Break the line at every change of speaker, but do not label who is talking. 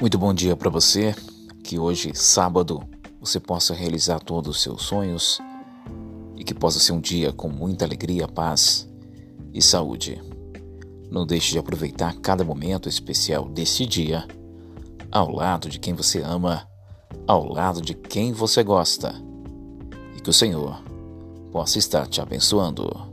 Muito bom dia para você, que hoje, sábado, você possa realizar todos os seus sonhos e que possa ser um dia com muita alegria, paz e saúde. Não deixe de aproveitar cada momento especial desse dia ao lado de quem você ama, ao lado de quem você gosta, e que o Senhor possa estar te abençoando.